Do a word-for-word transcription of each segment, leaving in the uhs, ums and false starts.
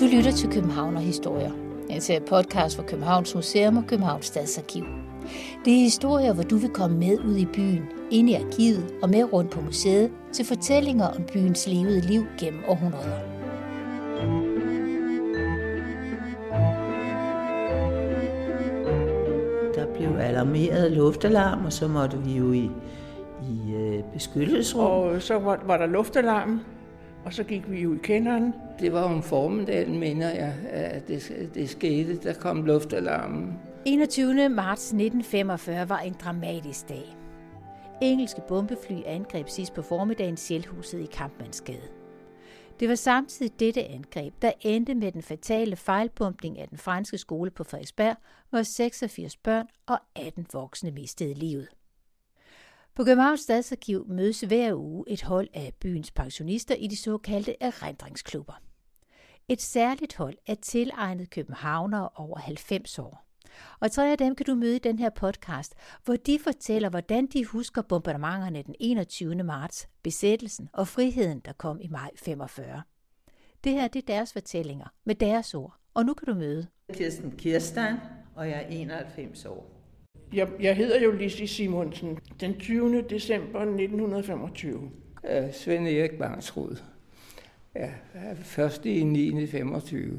Du lytter til Københavnerhistorier, en serie podcast for Københavns Museum og Københavns Stadsarkiv. Det er historier, hvor du vil komme med ud i byen, ind i arkivet og med rundt på museet til fortællinger om byens levede liv gennem århundreder. Der blev alarmeret luftalarm, og så måtte vi jo i, i øh, beskyttelsesrum. Og så var, var der luftalarm, og så gik vi jo i kælderen. Det var om formiddagen, mener jeg, at det, det skete. Der kom luftalarmen. enogtyvende marts nitten femogfyrre var en dramatisk dag. Engelske bombefly angreb sidst på formiddagen Shellhuset i Kampmannsgade. Det var samtidig dette angreb, der endte med den fatale fejlbombning af den franske skole på Frederiksberg, hvor seksogfirs børn og atten voksne mistede livet. På Københavns Stadsarkiv mødes hver uge et hold af byens pensionister i de såkaldte erindringsklubber. Et særligt hold er tilegnet københavnere over halvfems år. Og tre af dem kan du møde i den her podcast, hvor de fortæller, hvordan de husker bombardementerne den enogtyvende marts, besættelsen og friheden, der kom i maj femogfyrre. Det her det er deres fortællinger med deres ord, og nu kan du møde Kirsten Kirstein, og jeg er enoghalvfems år. Jeg, jeg hedder jo Lissi Simonsen. Den tyvende december nitten femogtyve. Uh, Svend Erik Bangsrud. Ja, først i niende femogtyve.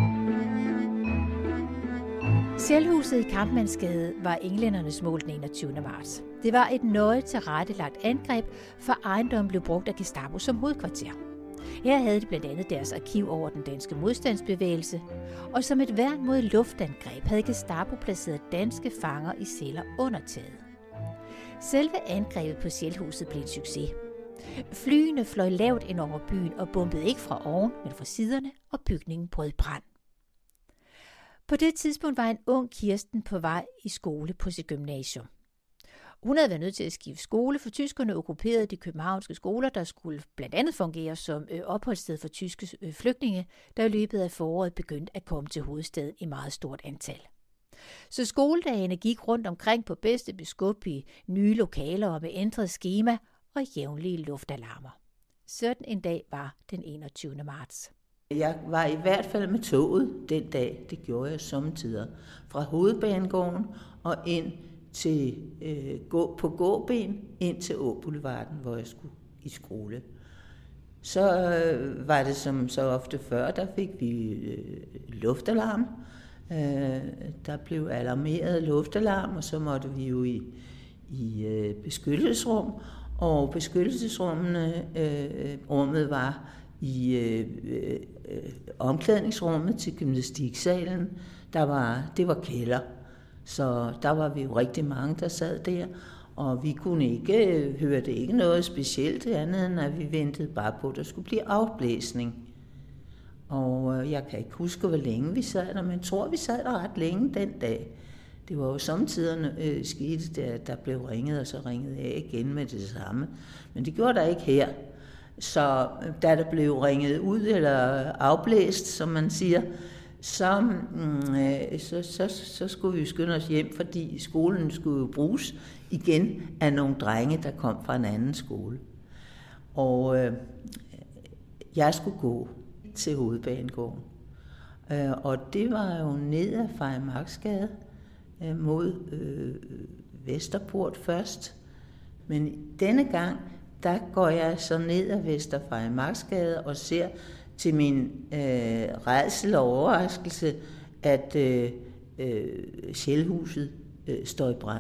Shellhuset i Kampmannsgade var englændernes mål den enogtyvende marts. Det var et nøje tilrettelagt angreb, for ejendommen blev brugt af Gestapo som hovedkvarter. Her havde de blandt andet deres arkiv over den danske modstandsbevægelse, og som et værn mod luftangreb havde Gestapo placeret danske fanger i celler under taget. Selve angrebet på Shellhuset blev en succes. Flyene fløj lavt ind over byen og bombede ikke fra oven, men fra siderne, og bygningen brød brand. På det tidspunkt var en ung Kirsten på vej i skole på sit gymnasium. Hun havde været nødt til at skifte skole, for tyskerne okkuperede de københavnske skoler, der skulle blandt andet fungere som opholdssted for tyske flygtninge, der i løbet af foråret begyndte at komme til hovedstaden i meget stort antal. Så skoledagene gik rundt omkring på bedste beskub i nye lokaler og med ændret skema og jævnlige luftalarmer. Sådan en dag var den enogtyvende marts. Jeg var i hvert fald med toget den dag, det gjorde jeg sommetider, fra Hovedbanegården og ind til øh, gå, på gåben ind til Åboulevarden, hvor jeg skulle i skole. Så øh, var det som så ofte før, der fik vi øh, luftalarm. Øh, der blev alarmeret luftalarm, og så måtte vi jo i, i øh, beskyttelsesrum, og beskyttelsesrummene, øh, rummet var i øh, øh, omklædningsrummet til gymnastiksalen. Der var, det var kælder. Så der var vi jo rigtig mange, der sad der, og vi kunne ikke, hørte ikke noget specielt andet, end at vi ventede bare på, at der skulle blive afblæsning. Og jeg kan ikke huske, hvor længe vi sad der, men jeg tror, vi sad der ret længe den dag. Det var jo samtidig øh, skete det, at der blev ringet, og så ringede jeg igen med det samme. Men det gjorde der ikke her. Så da der blev ringet ud, eller afblæst, som man siger, Så, øh, så, så, så skulle vi skynde os hjem, fordi skolen skulle jo bruges igen af nogle drenge, der kom fra en anden skole. Og øh, jeg skulle gå til Hovedbanegården. Øh, og det var jo ned ad Farimagsgade øh, mod øh, Vesterport først. Men denne gang, der går jeg så ned ad Vester Farimagsgade og ser til min øh, rædsel og overraskelse, at øh, øh, Shellhuset øh, står i brand.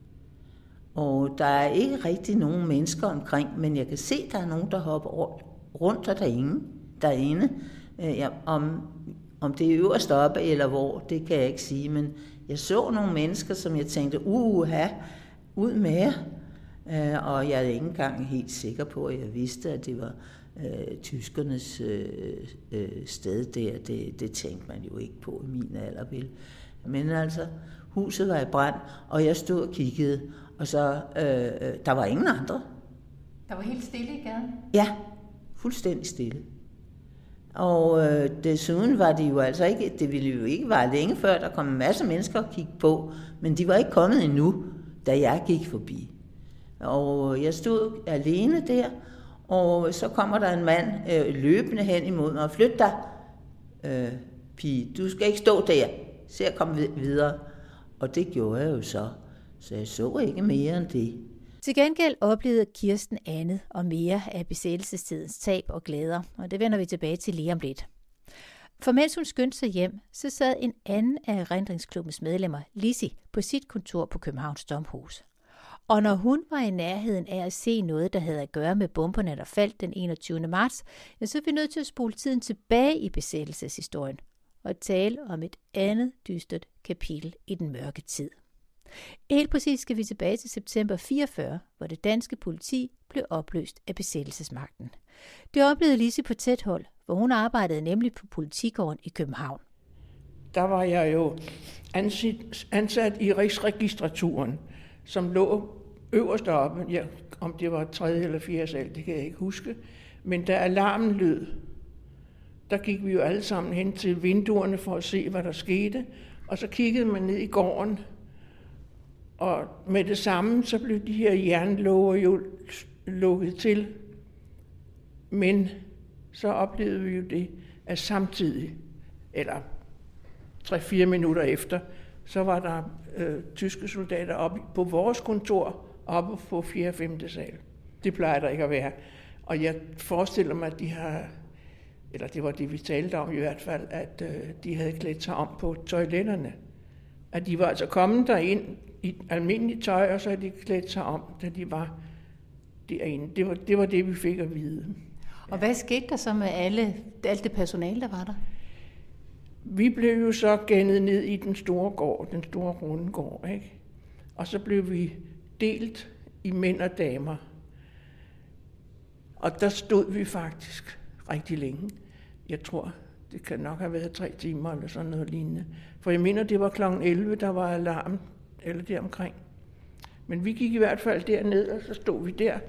Og der er ikke rigtig nogen mennesker omkring, men jeg kan se, at der er nogen, der hopper rundt, og der er ingen derinde. Øh, ja, om, om det er øverst oppe eller hvor, det kan jeg ikke sige, men jeg så nogle mennesker, som jeg tænkte, uha, ud med jer. Øh, og jeg er ikke engang helt sikker på, at jeg vidste, at det var Øh, tyskernes øh, øh, sted der, det, det tænkte man jo ikke på i min alder, vel. Men altså, huset var i brand, og jeg stod og kiggede, og så, øh, der var ingen andre. Der var helt stille i gaden? Ja, fuldstændig stille. Og øh, desuden var det jo altså ikke, det ville jo ikke være længe før, der kom en masse mennesker og kigge på, men de var ikke kommet endnu, da jeg gik forbi. Og jeg stod alene der, og så kommer der en mand øh, løbende hen imod mig og flyt dig. øh, pige, du skal ikke stå der, se at komme videre. Og det gjorde jeg jo så, så jeg så ikke mere end det. Til gengæld oplevede Kirsten andet og mere af besættelsestidens tab og glæder, og det vender vi tilbage til lige om lidt. For mens hun skyndte sig hjem, så sad en anden af erindringsklubbens medlemmer, Lissi, på sit kontor på Københavns Domhus. Og når hun var i nærheden af at se noget, der havde at gøre med bomberne, der faldt den enogtyvende marts, ja, så er vi nødt til at spole tiden tilbage i besættelseshistorien og tale om et andet dystert kapitel i den mørke tid. Helt præcis skal vi tilbage til september fireogfyrre, hvor det danske politi blev opløst af besættelsesmagten. Det oplevede Lissi på tæt hold, hvor hun arbejdede nemlig på Politigården i København. Der var jeg jo ansat, ansat i Rigsregistraturen, som lå øverst oppe. Ja, om det var tredje eller fjerde sal, det kan jeg ikke huske. Men da alarmen lød, der gik vi jo alle sammen hen til vinduerne for at se, hvad der skete. Og så kiggede man ned i gården, og med det samme, så blev de her jernlåger jo lukket til. Men så oplevede vi jo det, at samtidig, eller tre-fire minutter efter, så var der øh, tyske soldater oppe på vores kontor, oppe på fjerde og femte sal. Det plejer der ikke at være. Og jeg forestiller mig, at de har, eller det var det, vi talte om i hvert fald, at øh, de havde klædt sig om på toiletterne. At de var altså kommet derind i almindeligt tøj, og så havde de klædt sig om, da de var derinde. Det var det, var det vi fik at vide. Og hvad skete der så med alle, alt det personale, der var der? Vi blev jo så gennet ned i den store gård, den store runde gård, ikke? Og så blev vi delt i mænd og damer. Og der stod vi faktisk rigtig længe. Jeg tror, det kan nok have været tre timer eller sådan noget lignende. For jeg mener, det var klokken elleve, der var alarm, eller deromkring. Men vi gik i hvert fald derned, og så stod vi der.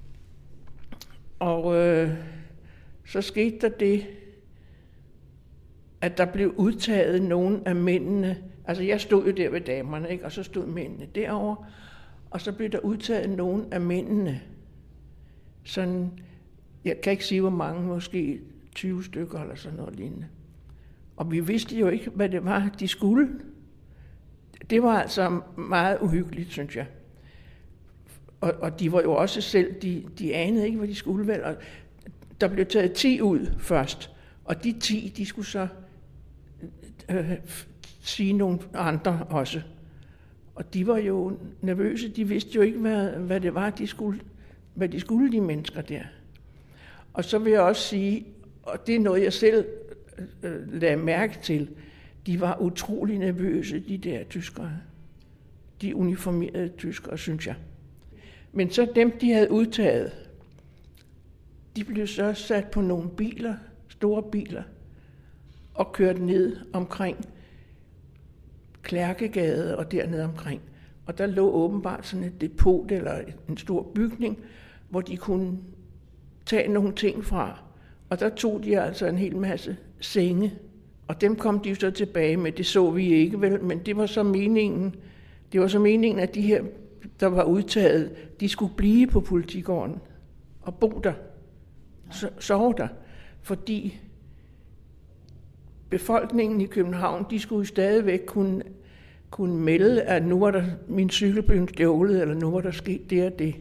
Og øh, så skete der det, at der blev udtaget nogle af mændene. Altså jeg stod jo der ved damerne, ikke? Og så stod mændene derovre. Og så blev der udtaget nogle af mændene. Sådan, jeg kan ikke sige, hvor mange, måske tyve stykker eller sådan noget lignende. Og vi vidste jo ikke, hvad det var, de skulle. Det var altså meget uhyggeligt, synes jeg. Og, og de var jo også selv, de, de anede ikke, hvad de skulle vel. Og der blev taget ti ud først, og de ti, de skulle så øh, sige nogle andre også. Og de var jo nervøse, de vidste jo ikke, hvad, hvad det var, de skulle, hvad de skulle, de mennesker der. Og så vil jeg også sige, og det er noget, jeg selv øh, lagde mærke til, de var utrolig nervøse, de der tyskere. De uniformerede tyskere, synes jeg. Men så dem, de havde udtaget, de blev så sat på nogle biler, store biler, og kørt ned omkring Klærkegade og dernede omkring. Og der lå åbenbart sådan et depot eller en stor bygning, hvor de kunne tage nogle ting fra. Og der tog de altså en hel masse senge, og dem kom de så tilbage med. Det så vi ikke vel, men det var så meningen, det var så meningen, at de her, der var udtaget, de skulle blive på Politigården og bo der, sove der, fordi befolkningen i København, de skulle stadigvæk kunne, kunne melde, at nu var der min cykel blevet stjålet, eller nu var der sket det og det.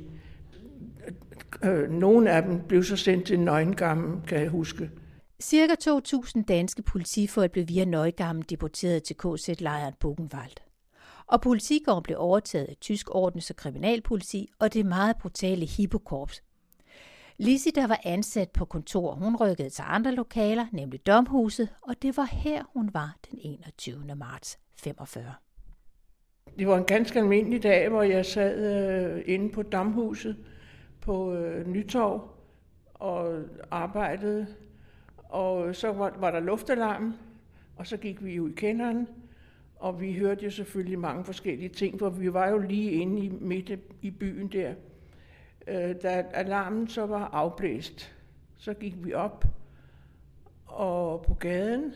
Nogle af dem blev så sendt til Neuengamme, kan jeg huske. Cirka to tusind danske politifolk blev via Neuengamme deporteret til K Z-lejren Buchenwald. Og Politigården blev overtaget af tysk ordens- og kriminalpoliti og det meget brutale Hippokorps. Lissi, der var ansat på kontor, hun rykkede til andre lokaler, nemlig Domhuset, og det var her, hun var den enogtyvende marts femogfyrre. Det var en ganske almindelig dag, hvor jeg sad øh, inde på Domhuset på øh, Nytorv og arbejdede. Og så var, var der luftalarm, og så gik vi jo i kælderen, og vi hørte jo selvfølgelig mange forskellige ting, for vi var jo lige inde i midt i byen der. Øh, da alarmen så var afblæst, så gik vi op og på gaden.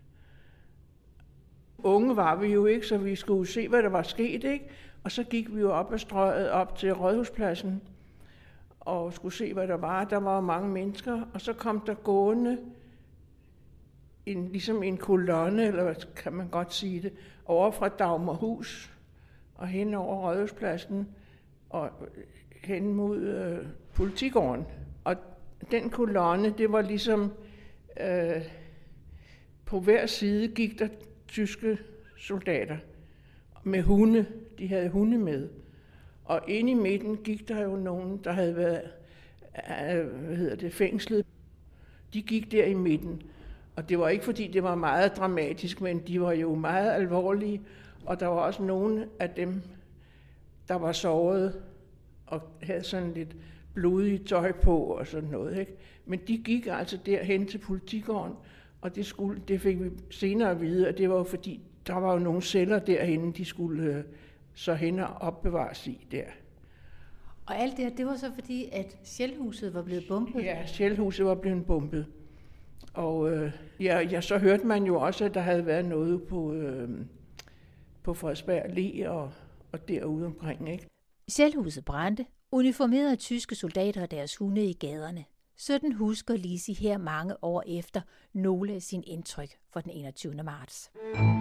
Unge var vi jo ikke, så vi skulle se, hvad der var sket, ikke? Og så gik vi jo op ad strøget op til Rådhuspladsen og skulle se, hvad der var. Der var mange mennesker, og så kom der gående en, ligesom en kolonne, eller hvad kan man godt sige det, over fra Dagmarhus og hen over Rådhuspladsen og hen mod øh, Politigården. Og den kolonne, det var ligesom, øh, på hver side gik der tyske soldater med hunde. De havde hunde med. Og inde i midten gik der jo nogen, der havde været hvad hedder det, fængslet. De gik der i midten. Og det var ikke, fordi det var meget dramatisk, men de var jo meget alvorlige. Og der var også nogle af dem, der var såret og havde sådan lidt blodigt tøj på og sådan noget. Ikke? Men de gik altså derhen til Politigården, og det, skulle, det fik vi senere at vide, at det var fordi, der var jo nogle celler derhenne, de skulle øh, så hen og opbevares i der. Og alt det her, det var så fordi, at Shellhuset var blevet bombet? Ja, Shellhuset var blevet bombet. Og øh, ja, ja, så hørte man jo også, at der havde været noget på, øh, på Frederiksberg Allé og, og derude omkring, ikke? Shellhuset brændte, uniformerede tyske soldater og deres hunde i gaderne. Sådan husker Lisi her mange år efter nogle af sine indtryk for den enogtyvende marts.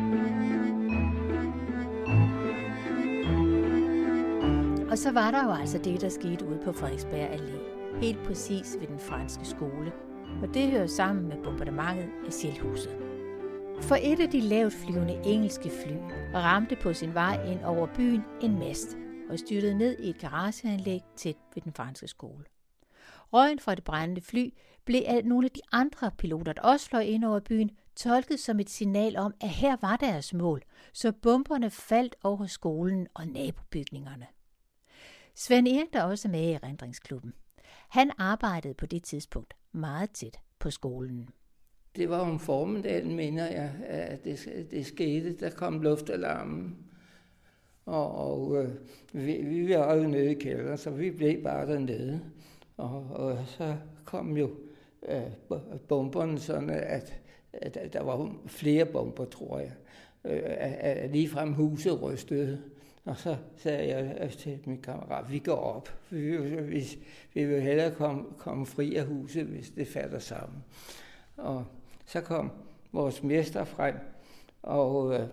Og så var der jo altså det, der skete ude på Frederiksberg Allé, helt præcis ved den franske skole. Og det hører sammen med bombardementet af Shellhuset. For et af de lavt flyvende engelske fly ramte på sin vej ind over byen en mast og styrtede ned i et garageanlæg tæt ved den franske skole. Røgen fra det brændende fly blev af nogle af de andre piloter, der også fløj ind over byen, tolket som et signal om, at her var deres mål, så bomberne faldt over skolen og nabobygningerne. Svend Erik, der også er med i erindringsklubben, han arbejdede på det tidspunkt meget tæt på skolen. Det var om formiddagen, mener jeg, at det, det skete. Der kom luftalarmen, og, og øh, vi, vi var jo nede i kælderen, så vi blev bare dernede. Og, og så kom jo øh, bomberne sådan, at, at, at der var flere bomber, tror jeg. Øh, at, at ligefrem huset rystede. Og så sagde jeg til min kammerat, vi går op. Vi, vi, vi vil hellere komme, komme fri af huset, hvis det falder sammen. Og så kom vores mester frem, og øh,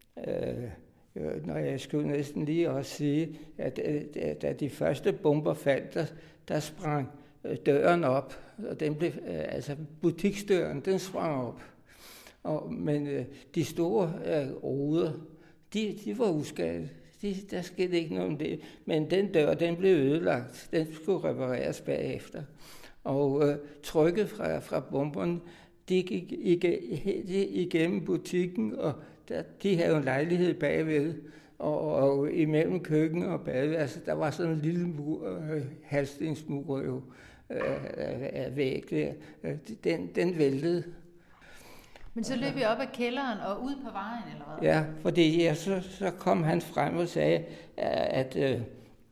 øh, når jeg skulle næsten lige også sige, at øh, da de første bomber faldt, der, der sprang øh, døren op, og den blev, øh, altså butiksdøren, den sprang op. Og, men øh, de store øh, ruder, de, de var uskadet. De, der skete ikke noget om det. Men den dør, den blev ødelagt. Den skulle repareres bagefter. Og øh, trykket fra, fra bomberne, de gik igennem butikken, og der, de havde jo en lejlighed bagved. Og, og imellem køkken og badeværelse, der var sådan en lille mur, øh, halvstensmur jo, øh, af væg der. Den, den væltede. Men så løb vi op ad kælderen og ud på vejen, eller hvad? Ja, fordi ja, så, så kom han frem og sagde, at, at,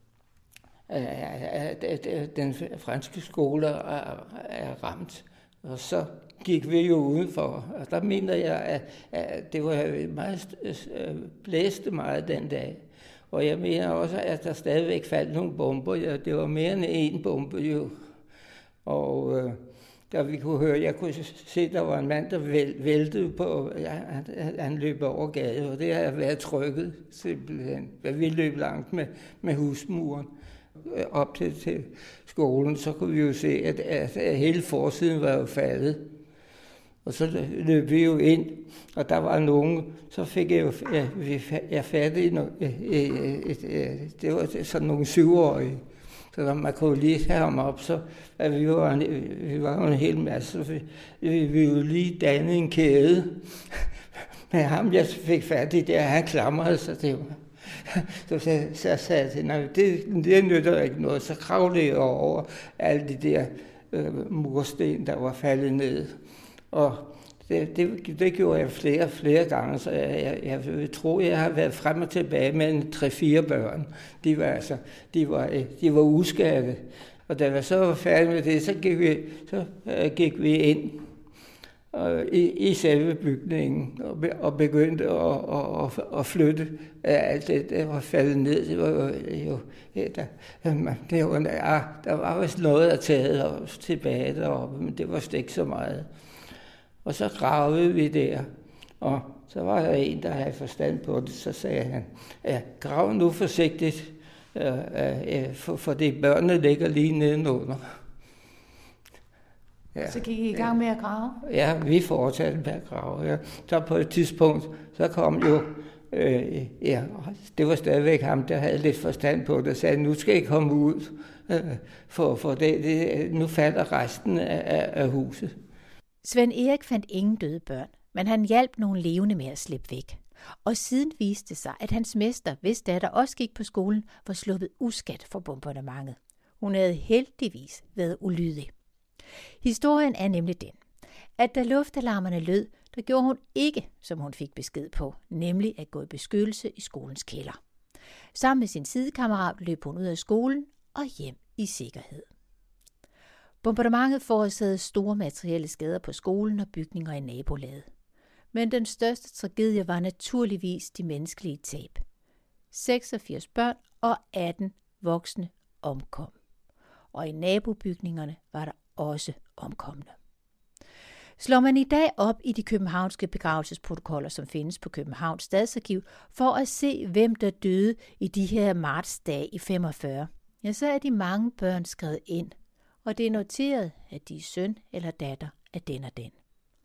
at, at, at den franske skole er, er ramt. Og så gik vi jo udenfor, og der mener jeg, at, at det var meget, blæste meget den dag. Og jeg mener også, at der stadigvæk faldt nogle bomber. Ja, det var mere end én bombe jo. Og øh, der vi kunne høre, jeg kunne se, at der var en mand, der væltede på, ja, han, han løb over gaden, og det har været trykket simpelthen. Vi løb langt med, med husmuren op til, til skolen, så kunne vi jo se, at, at, at hele forsiden var jo faldet. Og så løb vi jo ind, og der var nogen, så fik jeg jo, ja, jeg fattet i no, et, et, et, det var sådan nogle syvårige. Så når man kunne lige tage ham op, så at vi, var en, vi var en hel masse. Vi, vi, vi jo lige dannede en kæde. Men ham, jeg fik fat i der, han klamrede sig til mig. Så, så, så sagde jeg til, nej, det, det nytter ikke noget. Så kravlede jeg over alle de der øh, mursten, der var faldet ned. Og det, det, det gjorde jeg flere flere gange, så jeg, jeg, jeg tror, jeg har været frem og tilbage med en tre-fire børn. De var, altså, de var, de var uskatte. Og da jeg så var færdig med det, så gik vi, så, uh, gik vi ind uh, i, i selve bygningen og, og begyndte at, at, at, at flytte alt det, der var faldet ned. Det var jo, jo der, det var, ja, der var vist noget at tage tilbage deroppe, men det var slet ikke så meget. Og så gravede vi der, og så var der en, der havde forstand på det, så sagde han, ja, grav nu forsigtigt, øh, øh, for, for det børnene ligger lige nedenunder. Ja. Så gik I i gang med at grave? Ja, vi fortsatte med at grave. Ja. Så på et tidspunkt, så kom jo, øh, ja, det var stadigvæk ham, der havde lidt forstand på det, og sagde, nu skal I komme ud, øh, for, for det, det, nu falder resten af, af huset. Svend Erik fandt ingen døde børn, men han hjalp nogle levende med at slippe væk. Og siden viste det sig, at hans mester, hvis datter også gik på skolen, var sluppet uskadt for bombardementet. Hun havde heldigvis været ulydig. Historien er nemlig den, at da luftalarmerne lød, der gjorde hun ikke, som hun fik besked på, nemlig at gå i beskyttelse i skolens kælder. Sammen med sin sidekammerat løb hun ud af skolen og hjem i sikkerhed. Bombardementet forårsagede store materielle skader på skolen og bygninger i nabolaget. Men den største tragedie var naturligvis de menneskelige tab. seksogfirs børn og atten voksne omkom. Og i nabobygningerne var der også omkomne. Slår man i dag op i de københavnske begravelsesprotokoller, som findes på Københavns Stadsarkiv, for at se, hvem der døde i de her martsdage i femogfyrre, ja, så er de mange børn skrevet ind, og det er noteret, at de er søn eller datter af den og den.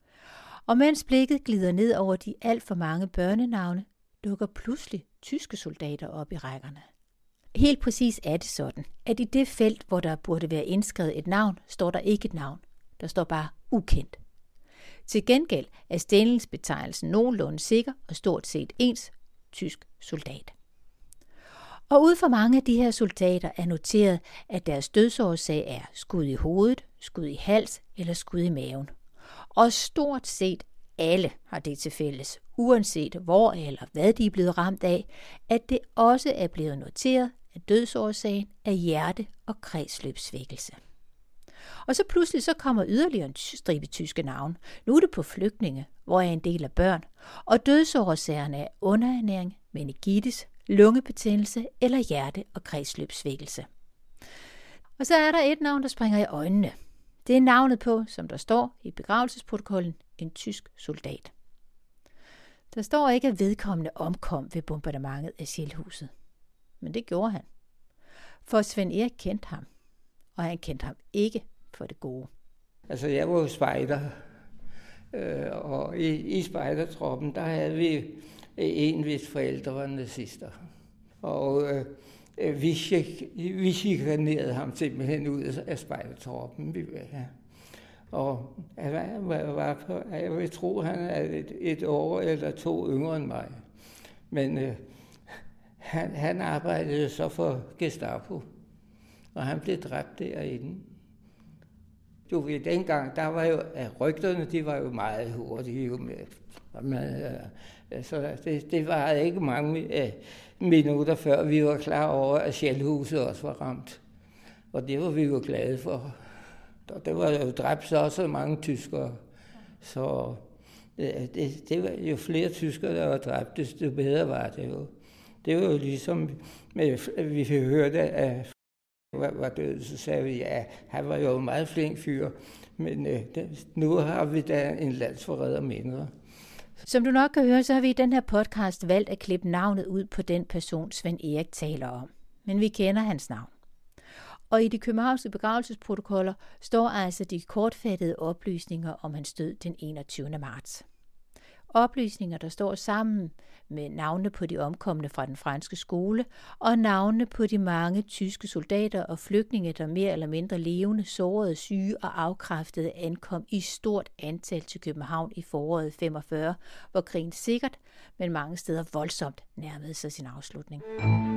Og mens blikket glider ned over de alt for mange børnenavne, dukker pludselig tyske soldater op i rækkerne. Helt præcis er det sådan, at i det felt, hvor der burde være indskrevet et navn, står der ikke et navn. Der står bare ukendt. Til gengæld er stillingsbetegnelsen nogenlunde sikker og stort set ens tysk soldat. Og ud for mange af de her soldater er noteret, at deres dødsårsag er skud i hovedet, skud i hals eller skud i maven. Og stort set alle har det til fælles, uanset hvor eller hvad de er blevet ramt af, at det også er blevet noteret, at dødsårsagen er hjerte- og kredsløbssvækkelse. Og så pludselig så kommer yderligere en stribe tyske navne. Nu er det på flygtninge, hvor er en del af børn, og dødsårsagerne er underernæring, meningitis, lungebetændelse eller hjerte- og kredsløbssvækkelse. Og så er der et navn, der springer i øjnene. Det er navnet på, som der står i begravelsesprotokollen, en tysk soldat. Der står ikke, at vedkommende omkom ved bombardementet af Sjælhuset. Men det gjorde han. For Svend Erik kendte ham, og han kendte ham ikke for det gode. Altså, jeg var jo spejder, øh, og i, i spejdertroppen, der havde vi en, hvis forældre var nazister. Og øh, vi, chik, vi chikanerede ham simpelthen ud af spejdertroppen. Ja. Og han var på, jeg vil tro, han er et, et år eller to yngre end mig. Men øh, han, han arbejdede så for Gestapo, og han blev dræbt derinde. Du ved, dengang, der var jo, at rygterne, de var jo meget hurtige jo med. Man, så det, det var ikke mange uh, minutter før, vi var klar over, at Sjælhuset også var ramt. Og det var vi jo glade for. Og det var jo dræbt så også mange tyskere. Så det, det, det var jo flere tyskere, der var dræbt, desto bedre var det jo. Det var jo ligesom, med, vi fik hørt, at var død, så sagde vi, ja, han var jo en meget flink fyr, men øh, det, nu har vi da en landsforræder mindre. Som du nok kan høre, så har vi i den her podcast valgt at klippe navnet ud på den person, Svend Erik taler om. Men vi kender hans navn. Og i de københavnske begravelsesprotokoller står altså de kortfattede oplysninger om hans død den enogtyvende marts. Oplysninger, der står sammen med navnene på de omkomne fra den franske skole, og navnene på de mange tyske soldater og flygtninge, der mere eller mindre levende, sårede, syge og afkræftede ankom i stort antal til København i foråret femogfyrre, hvor krigen sikkert, men mange steder voldsomt nærmede sig sin afslutning.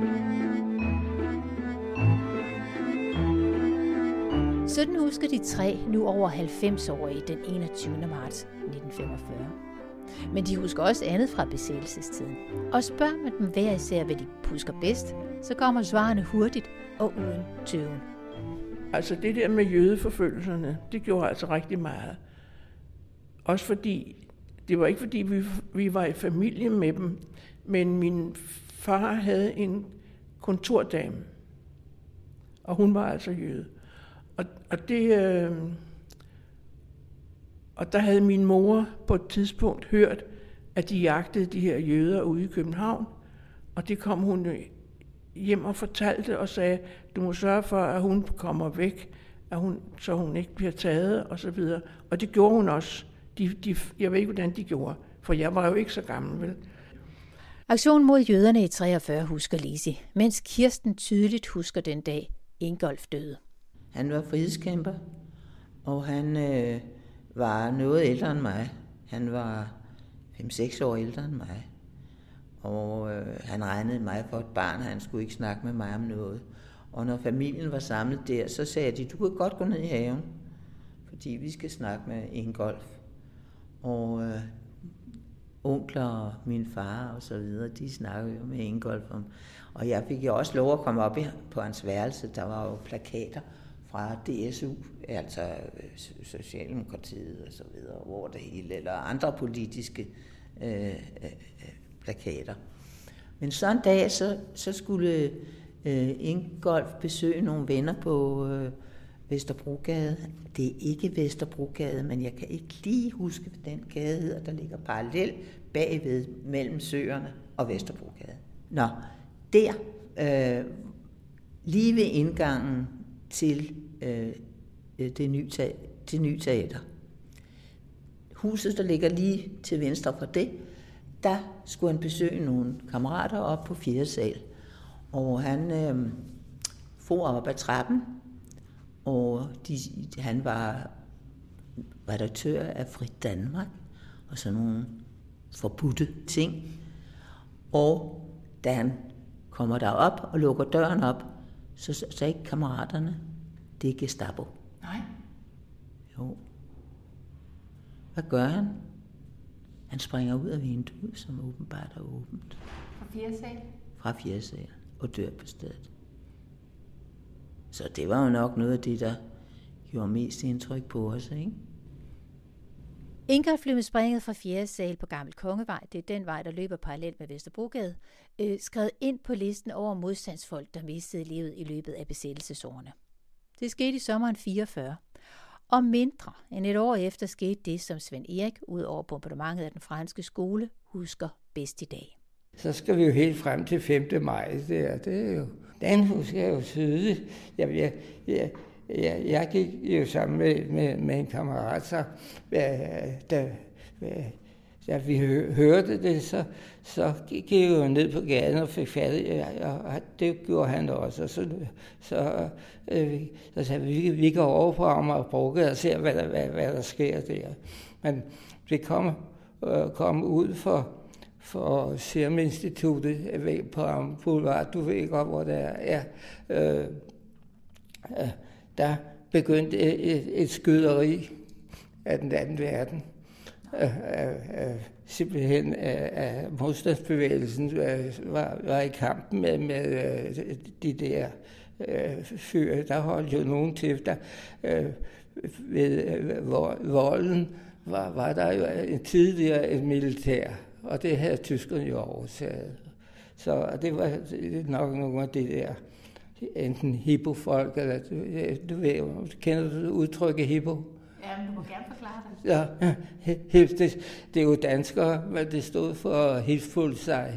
Sådan husker de tre nu over halvfems-årige den enogtyvende marts nitten femogfyrre. Men de husker også andet fra besættelsestiden. Og spørger man dem hver især, hvad de husker bedst, så kommer svarene hurtigt og uden tøven. Altså det der med jødeforfølgelserne, det gjorde altså rigtig meget. Også fordi, det var ikke fordi vi, vi var i familie med dem, men min far havde en kontordame, og hun var altså jøde. Og, og det... Øh, Og der havde min mor på et tidspunkt hørt, at de jagtede de her jøder ude i København. Og det kom hun hjem og fortalte og sagde, du må sørge for, at hun kommer væk, at hun, så hun ikke bliver taget og så videre. Og det gjorde hun også. De, de, jeg ved ikke, hvordan de gjorde, for jeg var jo ikke så gammel, vel? Aktionen mod jøderne i treogfyrre husker Lisi, mens Kirsten tydeligt husker den dag, Ingolf døde. Han var frihedskæmper, og han øh, var noget ældre end mig. Han var fem seks år ældre end mig. Og øh, han regnede mig for et barn, han skulle ikke snakke med mig om noget. Og når familien var samlet der, så sagde de, du kan godt gå ned i haven, fordi vi skal snakke med Ingolf. Og øh, onkler og min far og så videre, de snakkede jo med Ingolf om. Og jeg fik jo også lov at komme op på hans værelse. Der var jo plakater fra D S U, altså Socialdemokratiet og så videre, over det hele, eller andre politiske øh, øh, plakater. Men så en dag, så, så skulle øh, Ingolf besøge nogle venner på øh, Vesterbrogade. Det er ikke Vesterbrogade, men jeg kan ikke lige huske, hvad den gade hedder, der ligger parallelt bagved mellem Søerne og Vesterbrogade. Nå, der, øh, lige ved indgangen til øh, det nye, til nye teater. Huset, der ligger lige til venstre for det, der skulle han besøge nogle kammerater op på fjerde sal. Og han øh, for op ad trappen, og de, han var redaktør af Frit Danmark, og sådan nogle forbudte ting. Og da han kommer derop og lukker døren op, så sagde ikke kammeraterne, det er Gestapo. Nej. Jo. Hvad gør han? Han springer ud af vinduet, som åbenbart er åbent. Fra fjerde sal? Fra fjerde sal, og dør på stedet. Så det var jo nok noget af det, der gjorde mest indtryk på os, ikke? Ingolf blev med springet fra fjerde sal på Gammel Kongevej, det er den vej, der løber parallelt med Vesterbrogade, øh, skrevet ind på listen over modstandsfolk, der mistede livet i løbet af besættelsesårene. Det skete i sommeren fireogfyrre. Og mindre end et år efter skete det, som Svend Erik, ud over bombardementet af den franske skole, husker bedst i dag. Så skal vi jo helt frem til femte maj. Der. Det er jo, den husker jeg jo tydeligt. Jeg, jeg, jeg, jeg, jeg gik jo sammen med, med, med en kammerat, så da, da vi hørte det, så, så gik jeg jo ned på gaden og fik fat i, og det gjorde han også. Og så, så, øh, så sagde vi, vi går over på Amagerbrogade og ser, hvad der, hvad, hvad der sker der. Men vi kom, øh, kom ud for for Serum Instituttet på Amager Boulevard, du ved godt, hvor det er, ja, øh, øh, der begyndte et, et skyderi af den anden verden. Øh, øh, øh, simpelthen af øh, modstandsbevægelsen øh, var, var i kampen med, med øh, de der øh, fyre. Der holdt jo nogen til, der øh, ved øh, volden var, var der jo en tidligere et militær, og det havde tyskerne jo overtaget. Så det var nok nogle af det der, enten hippo-folk, eller du ved, kender du udtrykket hippo? Ja, men du må gerne forklare det. Ja, det, det er jo danskere, men det stod for Hilfspolizei.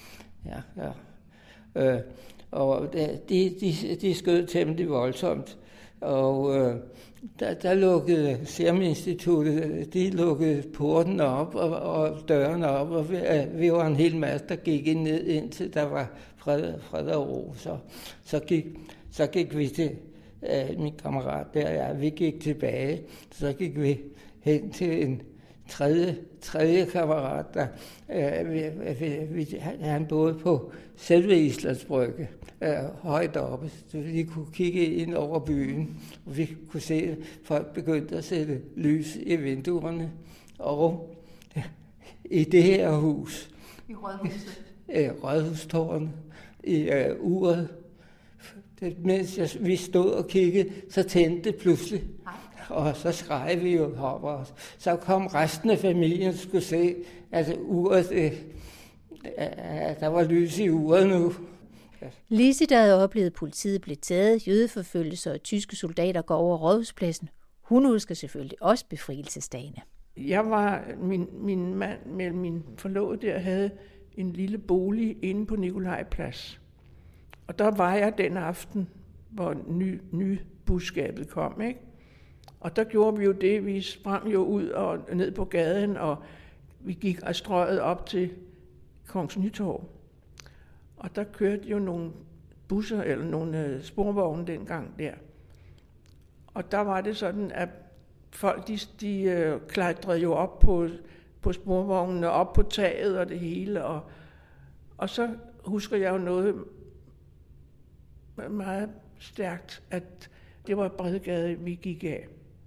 Ja, ja. Øh, og de, de, de skød temmelig voldsomt, og øh, der, der lukkede Serum Instituttet, de lukkede porten op og, og dørene op, og vi, vi var en hel masse, der gik ind ned, indtil der var fred, fred og ro. Så, så, gik, så gik vi til, øh, min kammerat der, ja, vi gik tilbage, så gik vi hen til en tredje, tredje kammerat, der øh, vi, vi, vi, han boede på selve Islands Brygge, øh, højt oppe, så vi kunne kigge ind over byen, og vi kunne se, at folk begyndte at sætte lys i vinduerne, og øh, i det her hus, i Rådhuset, øh, Rådhustårnet, i øh, uret, det, mens jeg, vi stod og kiggede, så tændte det pludselig. Nej. Og så skreg vi jo op os. Så kom resten af familien og skulle se, at uret, øh, at der var lys i uret nu. Lisi, der havde oplevet, at politiet blev taget, jødeforfølgelse og tyske soldater går over Rådhuspladsen, Hun husker selvfølgelig også befrielsesdagene. Jeg var, min, min mand med min forlovede der havde en lille bolig inde på Nikolajplads. Og der var jeg den aften, hvor ny, ny budskabet kom, ikke? Og der gjorde vi jo det, vi sprang jo ud og ned på gaden, og vi gik af strøget op til Kongens Nytorv. Og der kørte jo nogle busser, eller nogle sporvogne dengang der. Og der var det sådan, at folk, de, de uh, klatrede jo op på, på sporvognene, op på taget og det hele. Og, og så husker jeg jo noget meget stærkt, at det var Bredgade, vi gik af.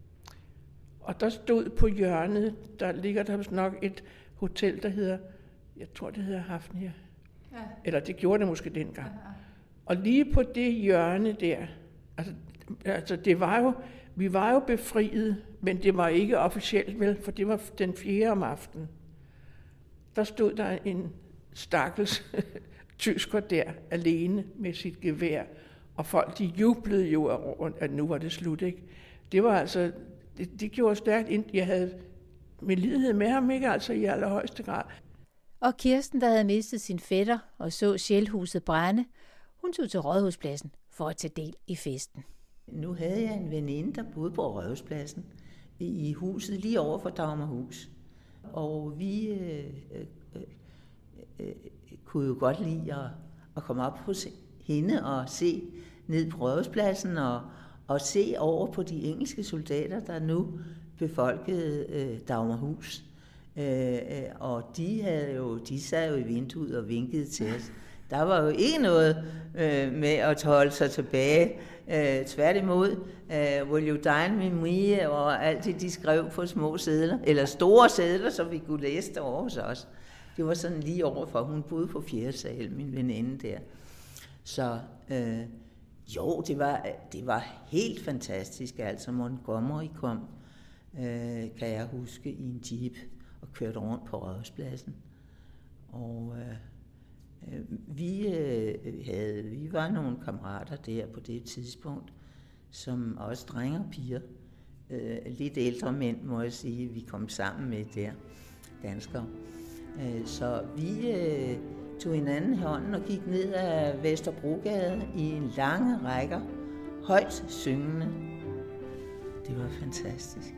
Og der stod på hjørnet, der ligger der nok et hotel, der hedder, jeg tror det hedder Hafnia. Ja. Eller det gjorde det måske dengang. Ja. Og lige på det hjørne der, altså, altså det var jo, vi var jo befriet, men det var ikke officielt vel, for det var den fjerde om aftenen. Der stod der en stakkels tysker der alene med sit gevær, og folk de jublede jo over, at nu var det slut, ikke? Det var altså, det, det gjorde stærkt ind. Jeg havde medlidenhed med ham, ikke? Altså i allerhøjeste grad. Og Kirsten, der havde mistet sin fætter og så Sjælhuset brænde, hun tog til Rådhuspladsen for at tage del i festen. Nu havde jeg en veninde, der boede på Rådhuspladsen i huset lige over for Dagmarhus. Og vi øh, øh, øh, kunne jo godt lide at, at komme op hos hende og se ned på Rådhuspladsen og, og se over på de engelske soldater, der nu befolkede øh, Dagmarhus. Øh, og de, havde jo, de sad jo i vinduet og vinkede til os. Der var jo ikke noget øh, med at holde sig tilbage. Øh, tværtimod, øh, will you dine with me, og alt det, de skrev på små sedler, eller store sedler, så vi kunne læse det over hos os. Det var sådan lige overfor, hun boede på fjerde sal, min veninde der. Så øh, jo, det var, det var helt fantastisk. Altså Montgomery kom, øh, kan jeg huske, i en jeep og kørte rundt på Rådhuspladsen. Og øh, Vi, øh, havde, vi var nogle kammerater der på det tidspunkt, som også drenge og piger, øh, lidt ældre mænd, må jeg sige, vi kom sammen med der, danskere. Øh, så vi øh, tog hinanden i hånden og gik ned ad Vesterbrogade i en lange rækker, højt syngende. Det var fantastisk.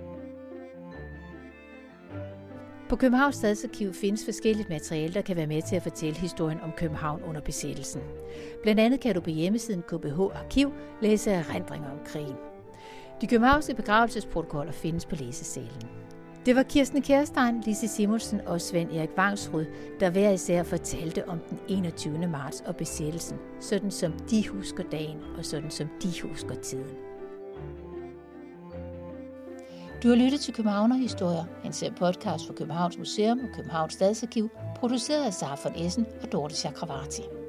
På Københavns Stadsarkiv findes forskelligt materiale, der kan være med til at fortælle historien om København under besættelsen. Blandt andet kan du på hjemmesiden K B H Arkiv læse erindringer om krigen. De københavnske begravelsesprotokoller findes på læsesalen. Det var Kirsten Kjærstein, Lise Simonsen og Svend Erik Vangsrud, der hver især fortalte om den enogtyvende marts og besættelsen, sådan som de husker dagen og sådan som de husker tiden. Du har lyttet til Københavnerhistorier, en serie podcast for Københavns Museum og Københavns Stadsarkiv, produceret af Sara von Essen og Dorte Chakravarty.